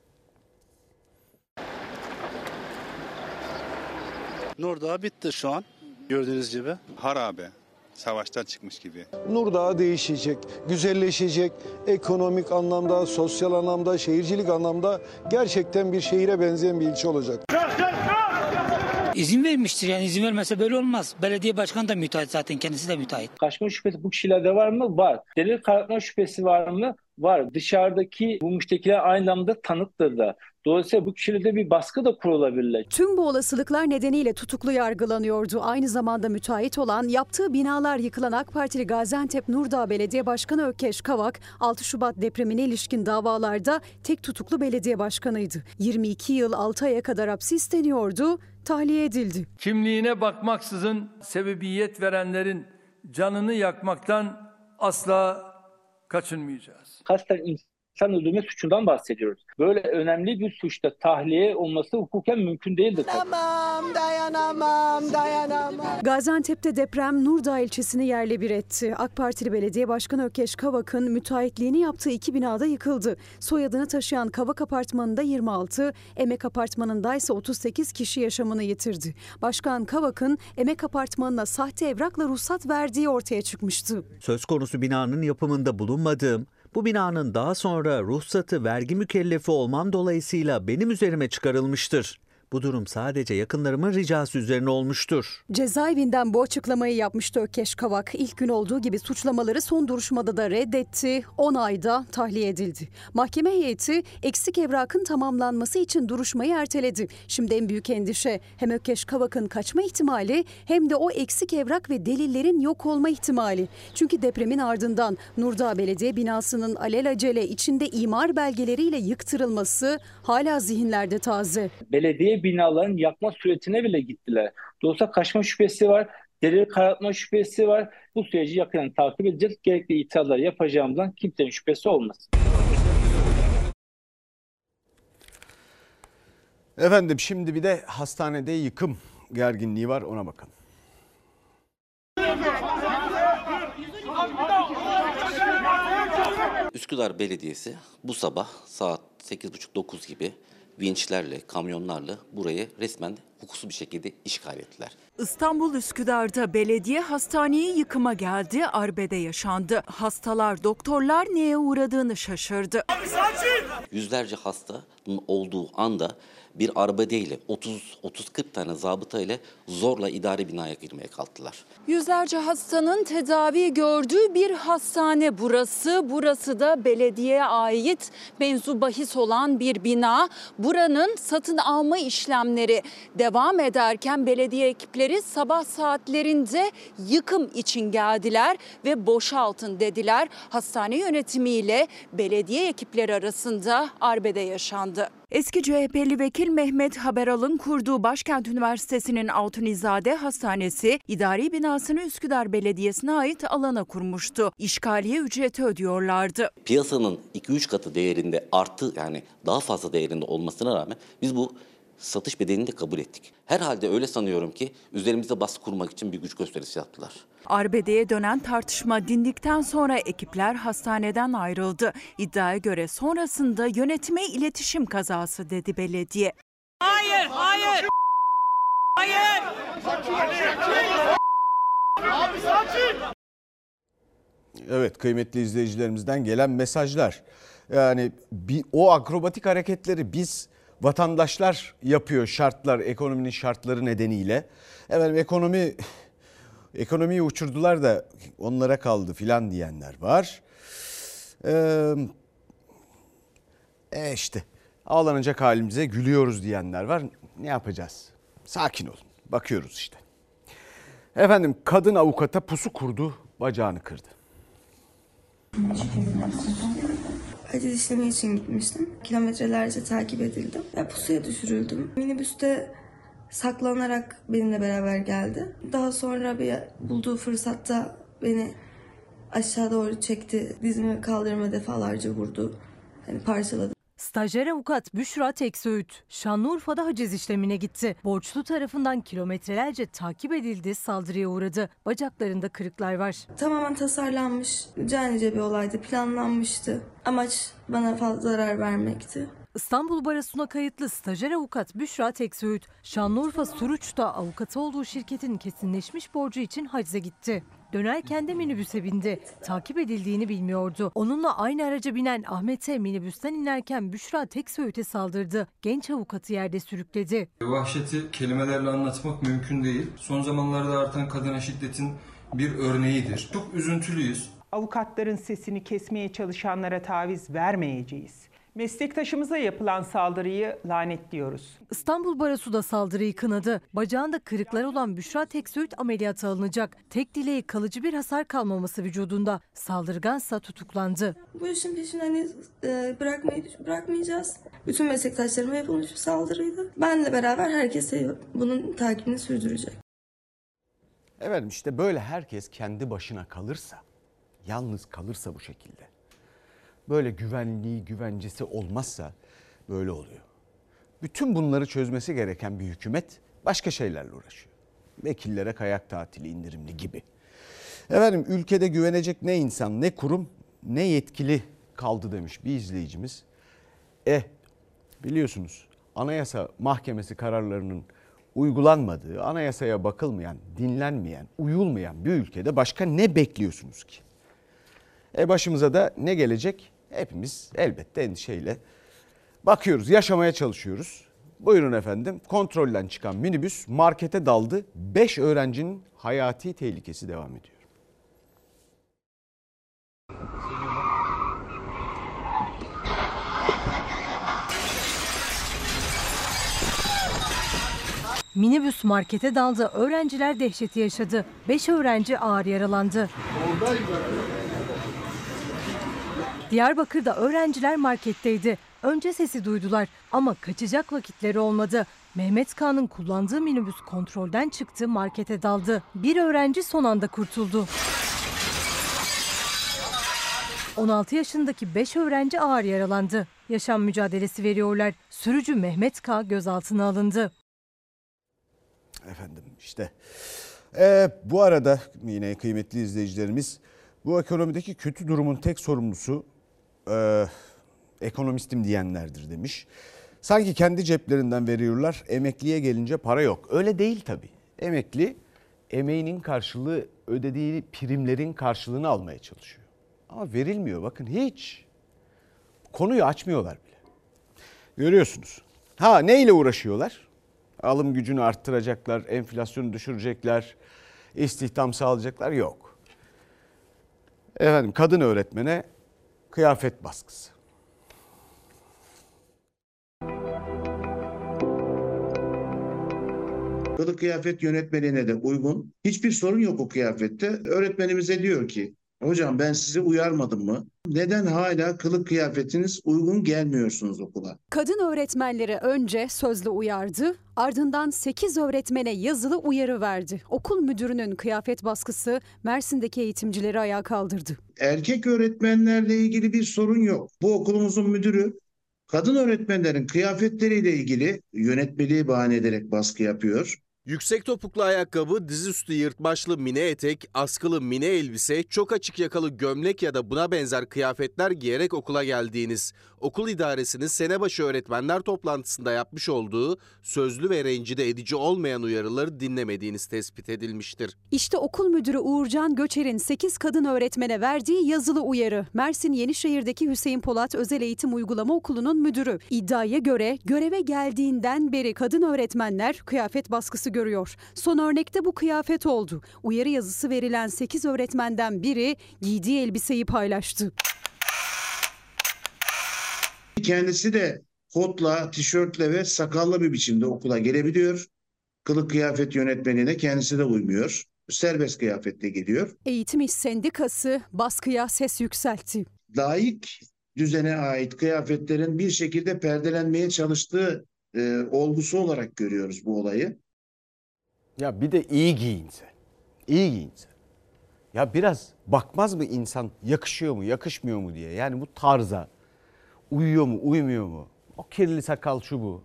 Nurdağ bitti şu an. Gördüğünüz gibi harabe, savaştan çıkmış gibi. Nurdağ değişecek, güzelleşecek, ekonomik anlamda, sosyal anlamda, şehircilik anlamda gerçekten bir şehire benzeyen bir ilçe olacak. İzin vermiştir, yani izin vermese böyle olmaz. Belediye başkanı da müteahhit, zaten kendisi de müteahhit. Kaçma şüphesi bu kişilerde var mı? Var. Delil karartma şüphesi var mı? var. Dışarıdaki bu müştekiler aynı zamanda tanıktır da. Dolayısıyla bu kişilerde bir baskı da kurulabilir. Tüm bu olasılıklar nedeniyle tutuklu yargılanıyordu. Aynı zamanda müteahhit olan, yaptığı binalar yıkılan AK Partili Gaziantep Nurdağ Belediye Başkanı Ökkeş Kavak, 6 Şubat depremine ilişkin davalarda tek tutuklu belediye başkanıydı. 22 yıl 6 aya kadar hapsi isteniyordu, tahliye edildi. Kimliğine bakmaksızın sebebiyet verenlerin canını yakmaktan asla kaçınmayacağız. Kasten insan öldürme suçundan bahsediyoruz. Böyle önemli bir suçta tahliye olması hukuken mümkün değildir. Dayanamam. Gaziantep'te deprem Nurdağ ilçesini yerle bir etti. AK Partili Belediye Başkanı Ökkeş Kavak'ın müteahhitliğini yaptığı 2 binada yıkıldı. Soyadını taşıyan Kavak Apartmanı'nda 26, Emek Apartmanı'nda ise 38 kişi yaşamını yitirdi. Başkan Kavak'ın Emek Apartmanı'na sahte evrakla ruhsat verdiği ortaya çıkmıştı. Söz konusu binanın yapımında bulunmadığım, bu binanın daha sonra ruhsatı vergi mükellefi olmam dolayısıyla benim üzerime çıkarılmıştır. Bu durum sadece yakınlarımın ricası üzerine olmuştur. Cezaevinden bu açıklamayı yapmıştı Ökkeş Kavak. İlk gün olduğu gibi suçlamaları son duruşmada da reddetti. 10 ayda tahliye edildi. Mahkeme heyeti eksik evrakın tamamlanması için duruşmayı erteledi. Şimdi en büyük endişe hem Ökkeş Kavak'ın kaçma ihtimali hem de o eksik evrak ve delillerin yok olma ihtimali. Çünkü depremin ardından Nurdağ Belediye binasının alelacele içinde imar belgeleriyle yıktırılması hala zihinlerde taze. Belediye binaların yakma sürecine bile gittiler. Dolayısıyla kaçma şüphesi var, delil karartma şüphesi var. Bu süreci yakından takip edeceğiz. Gerekli itirazlar yapacağımızdan kimsenin şüphesi olmasın. Efendim şimdi bir de hastanede yıkım gerginliği var, ona bakalım. Üsküdar Belediyesi bu sabah saat 8.30-9 gibi vinçlerle, kamyonlarla burayı resmen hukuksuz bir şekilde işgal ettiler. İstanbul Üsküdar'da belediye hastaneyi yıkıma geldi, arbede yaşandı. Hastalar, doktorlar neye uğradığını şaşırdı. Yüzlerce hastanın olduğu anda bir arbedeyle 30-40 tane zabıta ile zorla idari binaya girmeye kalktılar. Yüzlerce hastanın tedavi gördüğü bir hastane burası. Burası da belediyeye ait mevzu bahis olan bir bina. Buranın satın alma işlemleri devam ederken belediye ekipleri sabah saatlerinde yıkım için geldiler ve boşaltın dediler. Hastane yönetimiyle belediye ekipleri arasında arbede yaşandı. Eski CHP'li vekil Mehmet Haberal'ın kurduğu Başkent Üniversitesi'nin Altunizade Hastanesi, idari binasını Üsküdar Belediyesi'ne ait alana kurmuştu. İşgaliye ücreti ödüyorlardı. Piyasanın 2-3 katı değerinde artı, yani daha fazla değerinde olmasına rağmen biz bu satış bedelini de kabul ettik. Herhalde öyle sanıyorum ki üzerimizde baskı kurmak için bir güç gösterisi yaptılar. Arbedeye dönen tartışma dindikten sonra ekipler hastaneden ayrıldı. İddiaya göre sonrasında yönetime iletişim kazası dedi belediye. Hayır, hayır. Hayır. Abi sakin. Evet, kıymetli izleyicilerimizden gelen mesajlar. Yani o akrobatik hareketleri biz vatandaşlar yapıyor, şartlar, ekonominin şartları nedeniyle. Efendim ekonomiyi uçurdular da onlara kaldı filan diyenler var. İşte ağlanacak halimize gülüyoruz diyenler var. Ne yapacağız? Sakin olun. Bakıyoruz işte. Efendim kadın avukata pusu kurdu, bacağını kırdı. Haciz işlemi için gitmiştim. Kilometrelerce takip edildim ve pusuya düşürüldüm. Minibüste saklanarak benimle beraber geldi. Daha sonra bir bulduğu fırsatta beni aşağı doğru çekti. Dizimi kaldırıma defalarca vurdu. Hani parçaladı. Stajyer avukat Büşra Teksöğüt, Şanlıurfa'da haciz işlemine gitti. Borçlu tarafından kilometrelerce takip edildi, saldırıya uğradı. Bacaklarında kırıklar var. Tamamen tasarlanmış, canice bir olaydı, planlanmıştı. Amaç bana fazla zarar vermekti. İstanbul Barosu'na kayıtlı stajyer avukat Büşra Teksöğüt, Şanlıurfa Suruç'ta avukatı olduğu şirketin kesinleşmiş borcu için hacize gitti. Dönerken de minibüse bindi. Takip edildiğini bilmiyordu. Onunla aynı araca binen Ahmet'e minibüsten inerken Büşra Teksöğüt'e saldırdı. Genç avukatı yerde sürükledi. Vahşeti kelimelerle anlatmak mümkün değil. Son zamanlarda artan kadına şiddetin bir örneğidir. Çok üzüntülüyüz. Avukatların sesini kesmeye çalışanlara taviz vermeyeceğiz. Meslektaşımıza yapılan saldırıyı lanetliyoruz. İstanbul Barosu da saldırıyı kınadı. Bacağında kırıklar olan Büşra Teksöğüt ameliyata alınacak. Tek dileği kalıcı bir hasar kalmaması vücudunda. Saldırgansa tutuklandı. Bu işin peşinden bırakmayacağız. Bütün meslektaşlarıma yapılmış bir saldırıydı. Benle beraber herkes bunun takibini sürdürecek. Efendim işte böyle herkes kendi başına kalırsa, yalnız kalırsa bu şekilde, böyle güvenliği, güvencesi olmazsa böyle oluyor. Bütün bunları çözmesi gereken bir hükümet başka şeylerle uğraşıyor. Vekillere kayak tatili indirimli gibi. Efendim ülkede güvenecek ne insan, ne kurum, ne yetkili kaldı demiş bir izleyicimiz. Biliyorsunuz Anayasa Mahkemesi kararlarının uygulanmadığı, anayasaya bakılmayan, dinlenmeyen, uyulmayan bir ülkede başka ne bekliyorsunuz ki? Başımıza da ne gelecek? Hepimiz elbette endişeyle bakıyoruz, yaşamaya çalışıyoruz. Buyurun efendim, kontrolden çıkan minibüs markete daldı. 5 öğrencinin hayati tehlikesi devam ediyor. Minibüs markete daldı. Öğrenciler dehşeti yaşadı. 5 öğrenci ağır yaralandı. Diyarbakır'da öğrenciler marketteydi. Önce sesi duydular ama kaçacak vakitleri olmadı. Mehmet K'nın kullandığı minibüs kontrolden çıktı, markete daldı. Bir öğrenci son anda kurtuldu. 16 yaşındaki 5 öğrenci ağır yaralandı. Yaşam mücadelesi veriyorlar. Sürücü Mehmet K gözaltına alındı. Efendim işte bu arada yine kıymetli izleyicilerimiz, bu ekonomideki kötü durumun tek sorumlusu ekonomistim diyenlerdir demiş. Sanki kendi ceplerinden veriyorlar, emekliye gelince para yok. Öyle değil tabii. Emekli emeğinin karşılığı, ödediği primlerin karşılığını almaya çalışıyor. Ama verilmiyor, bakın hiç. Konuyu açmıyorlar bile. Görüyorsunuz. Neyle uğraşıyorlar? Alım gücünü arttıracaklar, enflasyonu düşürecekler, istihdam sağlayacaklar, yok. Efendim kadın öğretmene kıyafet baskısı. Kılık kıyafet yönetmeliğine de uygun. Hiçbir sorun yok o kıyafette. Öğretmenimize diyor ki, hocam ben sizi uyarmadım mı? Neden hala kılık kıyafetiniz uygun gelmiyorsunuz okula? Kadın öğretmenleri önce sözlü uyardı, ardından 8 öğretmene yazılı uyarı verdi. Okul müdürünün kıyafet baskısı Mersin'deki eğitimcileri ayağa kaldırdı. Erkek öğretmenlerle ilgili bir sorun yok. Bu okulumuzun müdürü kadın öğretmenlerin kıyafetleriyle ilgili yönetmeliği bahane ederek baskı yapıyor. Yüksek topuklu ayakkabı, dizüstü yırtmaçlı mini etek, askılı mini elbise, çok açık yakalı gömlek ya da buna benzer kıyafetler giyerek okula geldiğiniz, okul idaresinin sene başı öğretmenler toplantısında yapmış olduğu sözlü ve rencide edici olmayan uyarıları dinlemediğiniz tespit edilmiştir. İşte okul müdürü Uğurcan Göçer'in 8 kadın öğretmene verdiği yazılı uyarı. Mersin Yenişehir'deki Hüseyin Polat Özel Eğitim Uygulama Okulu'nun müdürü. İddiaya göre göreve geldiğinden beri kadın öğretmenler kıyafet baskısı görüyor. Son örnekte bu kıyafet oldu. Uyarı yazısı verilen 8 öğretmenden biri giydiği elbiseyi paylaştı. Kendisi de kotla, tişörtle ve sakallı bir biçimde okula gelebiliyor. Kılık kıyafet yönetmeliğine kendisi de uymuyor. Serbest kıyafetle geliyor. Eğitim İş Sendikası baskıya ses yükseltti. Laik düzene ait kıyafetlerin bir şekilde perdelenmeye çalıştığı olgusu olarak görüyoruz bu olayı. Ya bir de iyi giyinse, iyi giyinse. Ya biraz bakmaz mı insan yakışıyor mu, yakışmıyor mu diye. Yani bu tarza uyuyor mu, uymuyor mu? O kirli sakal şu bu.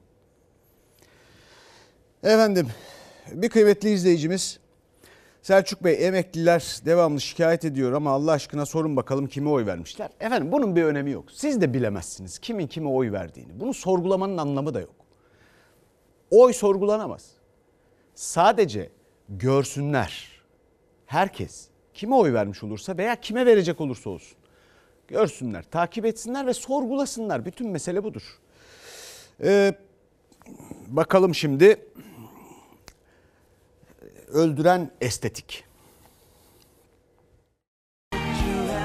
Efendim bir kıymetli izleyicimiz Selçuk Bey, emekliler devamlı şikayet ediyor ama Allah aşkına sorun bakalım kime oy vermişler. Efendim bunun bir önemi yok. Siz de bilemezsiniz kimin kime oy verdiğini. Bunu sorgulamanın anlamı da yok. Oy sorgulanamaz. Sadece görsünler. Herkes kime oy vermiş olursa veya kime verecek olursa olsun. Görsünler, takip etsinler ve sorgulasınlar. Bütün mesele budur. Bakalım şimdi. Öldüren estetik.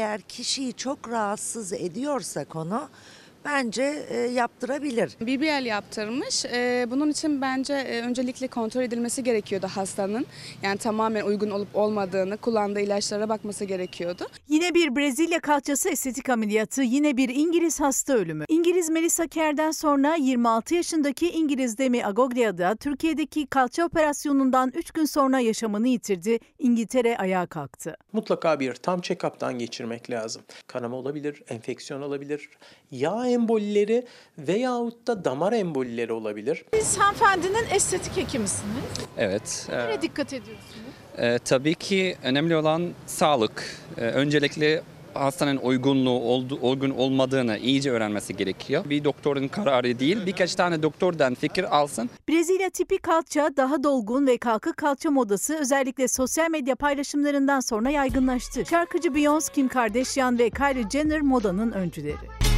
eğer kişiyi çok rahatsız ediyorsa konu bence yaptırabilir. BBL yaptırmış. Bunun için bence öncelikle kontrol edilmesi gerekiyordu hastanın. Yani tamamen uygun olup olmadığını, kullandığı ilaçlara bakması gerekiyordu. Yine bir Brezilya kalçası estetik ameliyatı, yine bir İngiliz hasta ölümü. İngiliz Melissa Kerr'den sonra 26 yaşındaki İngiliz Demi Agoglia da Türkiye'deki kalça operasyonundan 3 gün sonra yaşamını yitirdi. İngiltere ayağa kalktı. Mutlaka bir tam check-up'tan geçirmek lazım. Kanama olabilir, enfeksiyon olabilir, yağ embolileri veyahut da damar embolileri olabilir. Siz hanımefendinin estetik hekimisiniz. Evet. Nereye dikkat ediyorsunuz? Tabii ki önemli olan sağlık. Öncelikle hastanın uygun olmadığını iyice öğrenmesi gerekiyor. Bir doktorun kararı değil, birkaç tane doktordan fikir alsın. Brezilya tipi kalça daha dolgun ve kalkık kalça modası özellikle sosyal medya paylaşımlarından sonra yaygınlaştı. Şarkıcı Beyoncé, Kim Kardashian ve Kylie Jenner modanın öncüleri.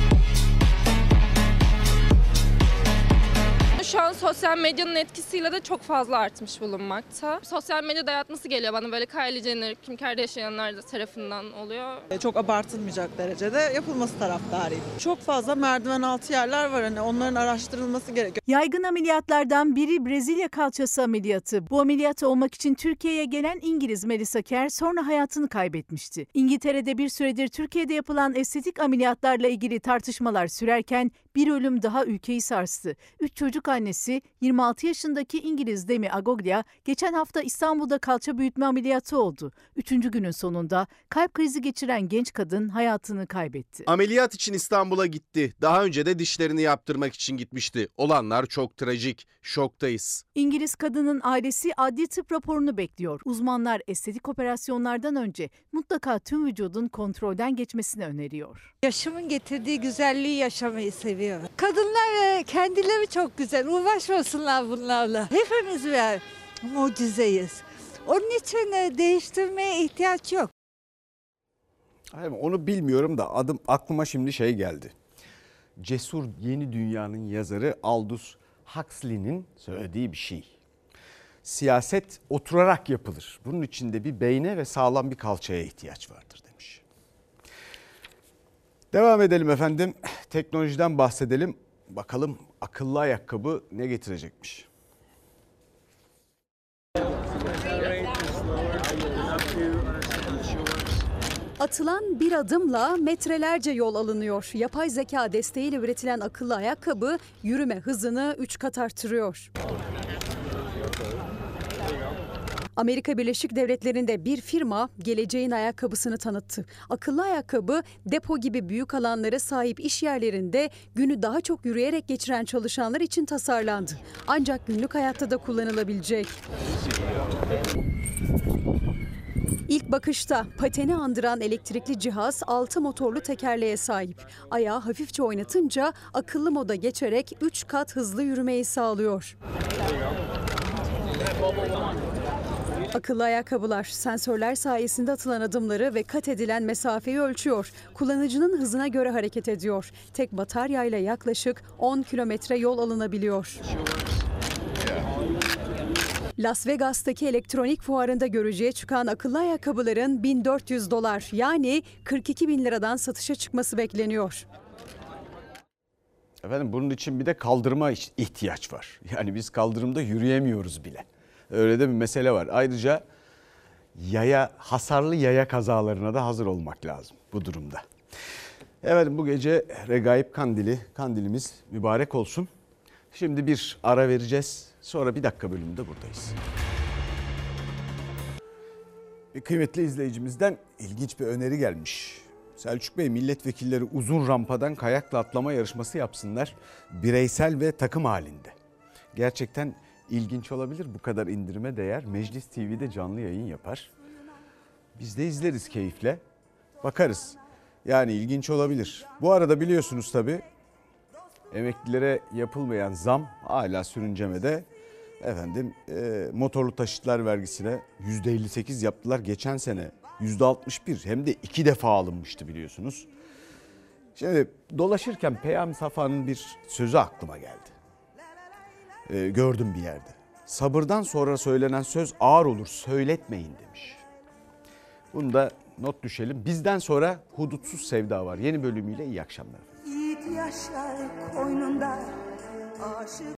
Şu an sosyal medyanın etkisiyle de çok fazla artmış bulunmakta. Sosyal medya dayatması geliyor bana, böyle Kylie Jenner, Kim Kardashian'lar da tarafından oluyor. Çok abartılmayacak derecede yapılması taraftarıyım. Çok fazla merdiven altı yerler var, hani onların araştırılması gerekiyor. Yaygın ameliyatlardan biri Brezilya kalçası ameliyatı. Bu ameliyat olmak için Türkiye'ye gelen İngiliz Melissa Kerr sonra hayatını kaybetmişti. İngiltere'de bir süredir Türkiye'de yapılan estetik ameliyatlarla ilgili tartışmalar sürerken bir ölüm daha ülkeyi sarstı. 3 çocuk annesi 26 yaşındaki İngiliz Demi Agoglia geçen hafta İstanbul'da kalça büyütme ameliyatı oldu. 3. günün sonunda kalp krizi geçiren genç kadın hayatını kaybetti. Ameliyat için İstanbul'a gitti. Daha önce de dişlerini yaptırmak için gitmişti. Olanlar çok trajik. Şoktayız. İngiliz kadının ailesi adli tıp raporunu bekliyor. Uzmanlar estetik operasyonlardan önce mutlaka tüm vücudun kontrolden geçmesini öneriyor. Yaşamın getirdiği güzelliği yaşamayı seviyorum. Kadınlar kendileri çok güzel. Uğraşmasınlar bunlarla. Hepimiz birer mucizeyiz. Onun için değiştirmeye ihtiyaç yok. Hayır, onu bilmiyorum da aklıma şimdi şey geldi. Cesur Yeni Dünya'nın yazarı Aldous Huxley'nin söylediği bir şey. Siyaset oturarak yapılır. Bunun için de bir beyne ve sağlam bir kalçaya ihtiyaç vardır demiş. Devam edelim efendim. Teknolojiden bahsedelim. Bakalım akıllı ayakkabı ne getirecekmiş? Atılan bir adımla metrelerce yol alınıyor. Yapay zeka desteğiyle üretilen akıllı ayakkabı yürüme hızını 3 kat artırıyor. Amerika Birleşik Devletleri'nde bir firma geleceğin ayakkabısını tanıttı. Akıllı ayakkabı depo gibi büyük alanlara sahip iş yerlerinde günü daha çok yürüyerek geçiren çalışanlar için tasarlandı. Ancak günlük hayatta da kullanılabilecek. İlk bakışta pateni andıran elektrikli cihaz 6 motorlu tekerleğe sahip. Ayağı hafifçe oynatınca akıllı moda geçerek 3 kat hızlı yürümeyi sağlıyor. Akıllı ayakkabılar sensörler sayesinde atılan adımları ve kat edilen mesafeyi ölçüyor. Kullanıcının hızına göre hareket ediyor. Tek bataryayla yaklaşık 10 kilometre yol alınabiliyor. Las Vegas'taki elektronik fuarında görücüye çıkan akıllı ayakkabıların $1.400 yani 42 bin liradan satışa çıkması bekleniyor. Efendim bunun için bir de kaldırıma ihtiyaç var. Yani biz kaldırımda yürüyemiyoruz bile. Öyle de bir mesele var. Ayrıca hasarlı yaya kazalarına da hazır olmak lazım bu durumda. Efendim bu gece Regaib kandilimiz mübarek olsun. Şimdi bir ara vereceğiz. Sonra bir dakika bölümünde buradayız. Bir kıymetli izleyicimizden ilginç bir öneri gelmiş. Selçuk Bey, milletvekilleri uzun rampadan kayakla atlama yarışması yapsınlar. Bireysel ve takım halinde. Gerçekten ilginç olabilir, bu kadar indirime değer. Meclis TV'de canlı yayın yapar. Biz de izleriz keyifle. Bakarız. Yani ilginç olabilir. Bu arada biliyorsunuz tabii emeklilere yapılmayan zam hala sürüncemede. Efendim motorlu taşıtlar vergisine %58 yaptılar. Geçen sene %61 hem de 2 defa alınmıştı biliyorsunuz. Şimdi dolaşırken Peyami Safa'nın bir sözü aklıma geldi. Gördüm bir yerde. Sabırdan sonra söylenen söz ağır olur, söyletmeyin demiş. Bunu da not düşelim. Bizden sonra Hudutsuz Sevda var. Yeni bölümüyle iyi akşamlar. Yiğit yaşar koynunda aşık.